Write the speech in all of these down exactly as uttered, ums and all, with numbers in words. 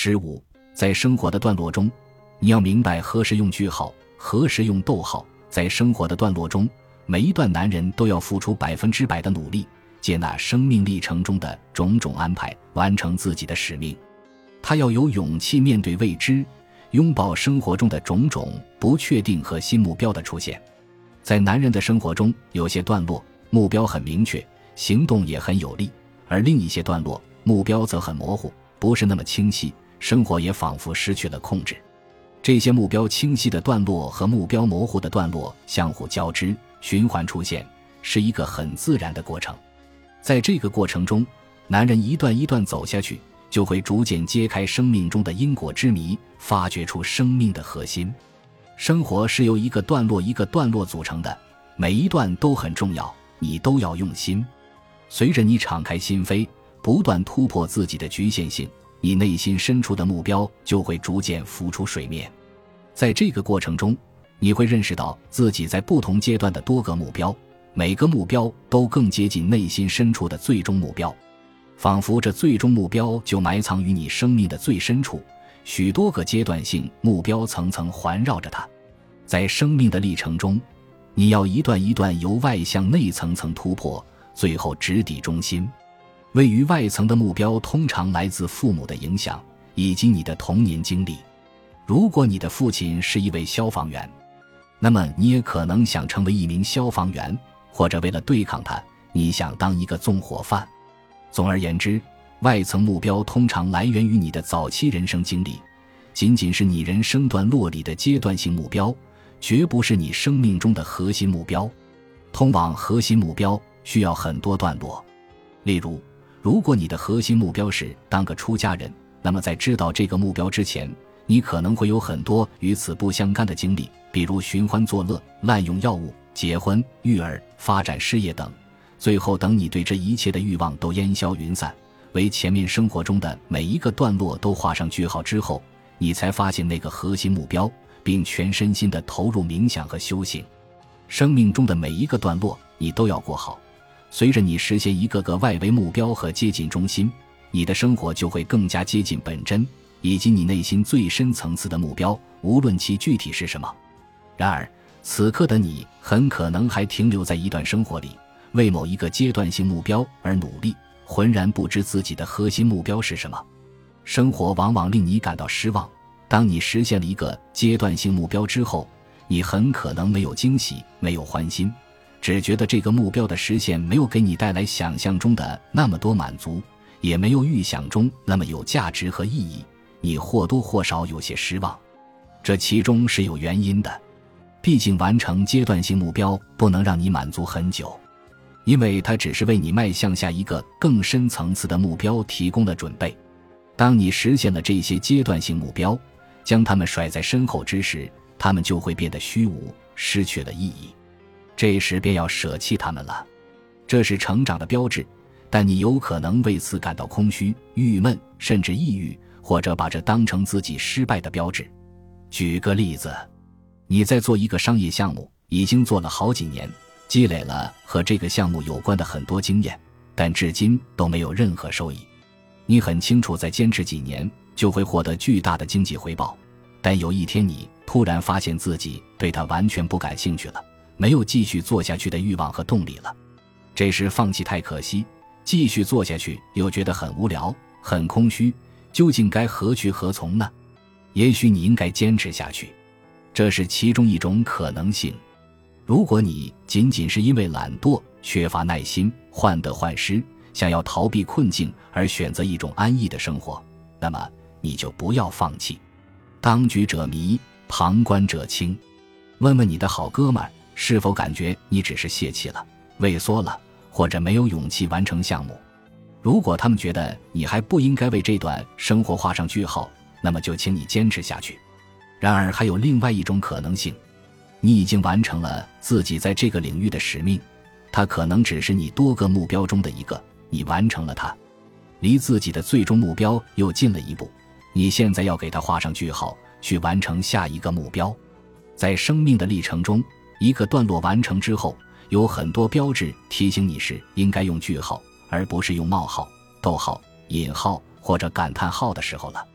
十五，在生活的段落中，你要明白何时用句号，何时用逗号。在生活的段落中，每一段男人都要付出百分之百的努力，接纳生命历程中的种种安排，完成自己的使命。他要有勇气面对未知，拥抱生活中的种种不确定和新目标的出现。在男人的生活中，有些段落目标很明确，行动也很有力，而另一些段落目标则很模糊，不是那么清晰，生活也仿佛失去了控制。这些目标清晰的段落和目标模糊的段落相互交织，循环出现，是一个很自然的过程。在这个过程中，男人一段一段走下去，就会逐渐揭开生命中的因果之谜，发掘出生命的核心。生活是由一个段落一个段落组成的，每一段都很重要，你都要用心。随着你敞开心扉，不断突破自己的局限性，你内心深处的目标就会逐渐浮出水面。在这个过程中，你会认识到自己在不同阶段的多个目标，每个目标都更接近内心深处的最终目标，仿佛这最终目标就埋藏于你生命的最深处，许多个阶段性目标层层环绕着它。在生命的历程中，你要一段一段由外向内层层突破，最后直抵中心。位于外层的目标通常来自父母的影响以及你的童年经历。如果你的父亲是一位消防员，那么你也可能想成为一名消防员，或者为了对抗他，你想当一个纵火犯。总而言之，外层目标通常来源于你的早期人生经历，仅仅是你人生段落里的阶段性目标，绝不是你生命中的核心目标。通往核心目标需要很多段落。例如，如果你的核心目标是当个出家人，那么在知道这个目标之前，你可能会有很多与此不相干的经历，比如寻欢作乐、滥用药物、结婚、育儿、发展事业等。最后等你对这一切的欲望都烟消云散，为前面生活中的每一个段落都画上句号之后，你才发现那个核心目标，并全身心地投入冥想和修行。生命中的每一个段落你都要过好，随着你实现一个个外围目标和接近中心，你的生活就会更加接近本真，以及你内心最深层次的目标，无论其具体是什么。然而，此刻的你很可能还停留在一段生活里，为某一个阶段性目标而努力，浑然不知自己的核心目标是什么。生活往往令你感到失望，当你实现了一个阶段性目标之后，你很可能没有惊喜，没有欢心，只觉得这个目标的实现没有给你带来想象中的那么多满足，也没有预想中那么有价值和意义，你或多或少有些失望。这其中是有原因的，毕竟完成阶段性目标不能让你满足很久，因为它只是为你迈向下一个更深层次的目标提供了准备。当你实现了这些阶段性目标，将它们甩在身后之时，它们就会变得虚无，失去了意义。这时便要舍弃它们了。这是成长的标志，但你有可能为此感到空虚、郁闷，甚至抑郁，或者把这当成自己失败的标志。举个例子，你在做一个商业项目，已经做了好几年，积累了和这个项目有关的很多经验，但至今都没有任何收益。你很清楚再坚持几年就会获得巨大的经济回报，但有一天你突然发现自己对它完全不感兴趣了，没有继续做下去的欲望和动力了。这时放弃太可惜，继续做下去又觉得很无聊，很空虚，究竟该何去何从呢？也许你应该坚持下去，这是其中一种可能性。如果你仅仅是因为懒惰、缺乏耐心、患得患失，想要逃避困境而选择一种安逸的生活，那么你就不要放弃。当局者迷，旁观者清。问问你的好哥们儿，是否感觉你只是泄气了、畏缩了，或者没有勇气完成项目？如果他们觉得你还不应该为这段生活画上句号，那么就请你坚持下去。然而还有另外一种可能性，你已经完成了自己在这个领域的使命，它可能只是你多个目标中的一个，你完成了它，离自己的最终目标又近了一步，你现在要给它画上句号，去完成下一个目标。在生命的历程中，一个段落完成之后，有很多标志提醒你是应该用句号，而不是用冒号、逗号、引号或者感叹号的时候了。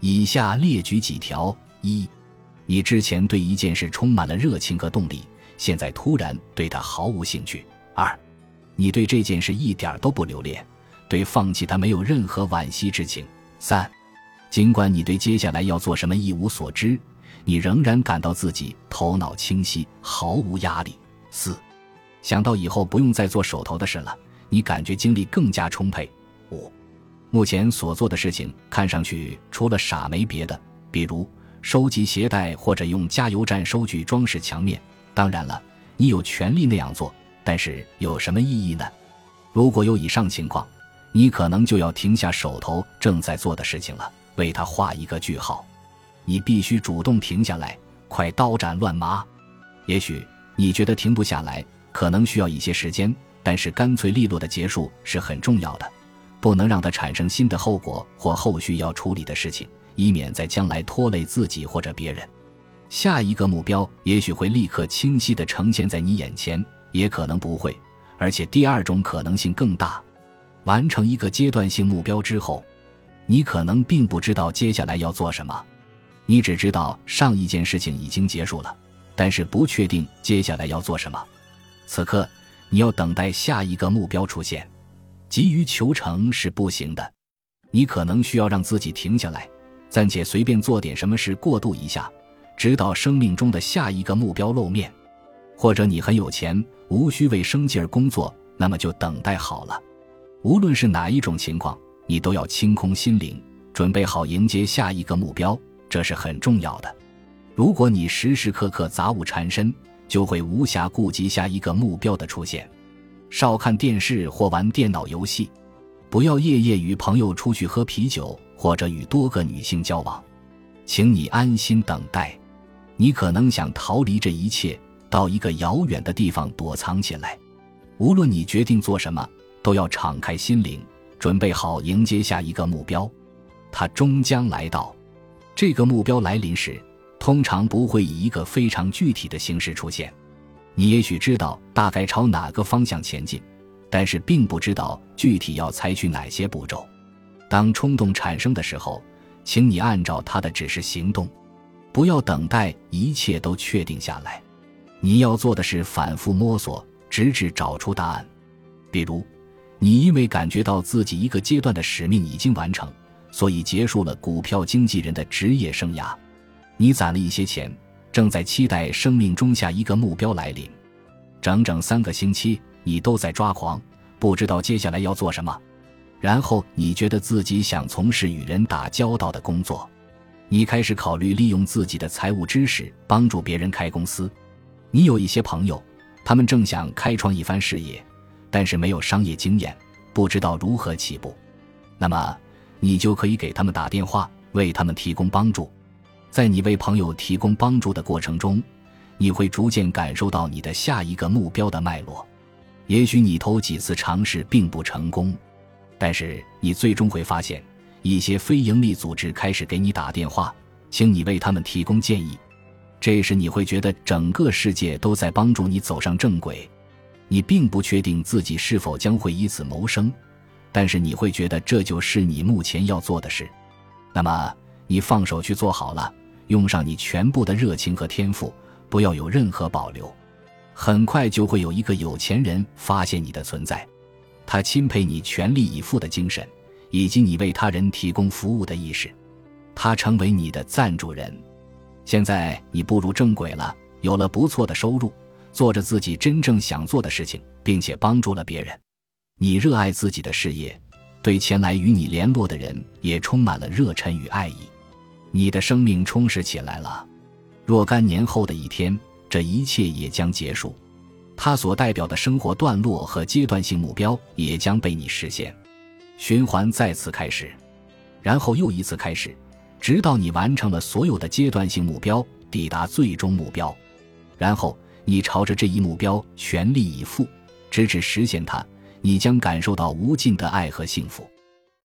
以下列举几条：一、你之前对一件事充满了热情和动力，现在突然对它毫无兴趣。二、你对这件事一点都不留恋，对放弃它没有任何惋惜之情。三、尽管你对接下来要做什么一无所知，你仍然感到自己头脑清晰，毫无压力。四、想到以后不用再做手头的事了，你感觉精力更加充沛。五、目前所做的事情看上去除了傻没别的，比如收集鞋带或者用加油站收据装饰墙面。当然了，你有权利那样做，但是有什么意义呢？如果有以上情况，你可能就要停下手头正在做的事情了，为它画一个句号。你必须主动停下来，快刀斩乱麻。也许你觉得停不下来，可能需要一些时间，但是干脆利落的结束是很重要的，不能让它产生新的后果或后续要处理的事情，以免在将来拖累自己或者别人。下一个目标也许会立刻清晰地呈现在你眼前，也可能不会，而且第二种可能性更大。完成一个阶段性目标之后，你可能并不知道接下来要做什么，你只知道上一件事情已经结束了，但是不确定接下来要做什么。此刻你要等待下一个目标出现，急于求成是不行的。你可能需要让自己停下来，暂且随便做点什么事过渡一下，直到生命中的下一个目标露面。或者你很有钱，无需为生计而工作，那么就等待好了。无论是哪一种情况，你都要清空心灵，准备好迎接下一个目标，这是很重要的。如果你时时刻刻杂物缠身，就会无暇顾及下一个目标的出现。少看电视或玩电脑游戏，不要夜夜与朋友出去喝啤酒，或者与多个女性交往。请你安心等待。你可能想逃离这一切，到一个遥远的地方躲藏起来。无论你决定做什么，都要敞开心灵，准备好迎接下一个目标。它终将来到。这个目标来临时，通常不会以一个非常具体的形式出现。你也许知道大概朝哪个方向前进，但是并不知道具体要采取哪些步骤。当冲动产生的时候，请你按照它的指示行动，不要等待一切都确定下来。你要做的是反复摸索，直至找出答案。比如，你因为感觉到自己一个阶段的使命已经完成，所以结束了股票经纪人的职业生涯。你攒了一些钱，正在期待生命中下一个目标来临。整整三个星期，你都在抓狂，不知道接下来要做什么。然后你觉得自己想从事与人打交道的工作。你开始考虑利用自己的财务知识帮助别人开公司。你有一些朋友，他们正想开创一番事业，但是没有商业经验，不知道如何起步。那么你就可以给他们打电话，为他们提供帮助。在你为朋友提供帮助的过程中，你会逐渐感受到你的下一个目标的脉络。也许你头几次尝试并不成功，但是你最终会发现，一些非营利组织开始给你打电话，请你为他们提供建议。这时你会觉得整个世界都在帮助你走上正轨。你并不确定自己是否将会以此谋生，但是你会觉得这就是你目前要做的事。那么你放手去做好了，用上你全部的热情和天赋，不要有任何保留。很快就会有一个有钱人发现你的存在，他钦佩你全力以赴的精神，以及你为他人提供服务的意识。他成为你的赞助人。现在你步入正轨了，有了不错的收入，做着自己真正想做的事情，并且帮助了别人。你热爱自己的事业，对前来与你联络的人也充满了热忱与爱意。你的生命充实起来了。若干年后的一天，这一切也将结束，它所代表的生活段落和阶段性目标也将被你实现。循环再次开始，然后又一次开始，直到你完成了所有的阶段性目标，抵达最终目标。然后你朝着这一目标全力以赴，直至实现它，你将感受到无尽的爱和幸福。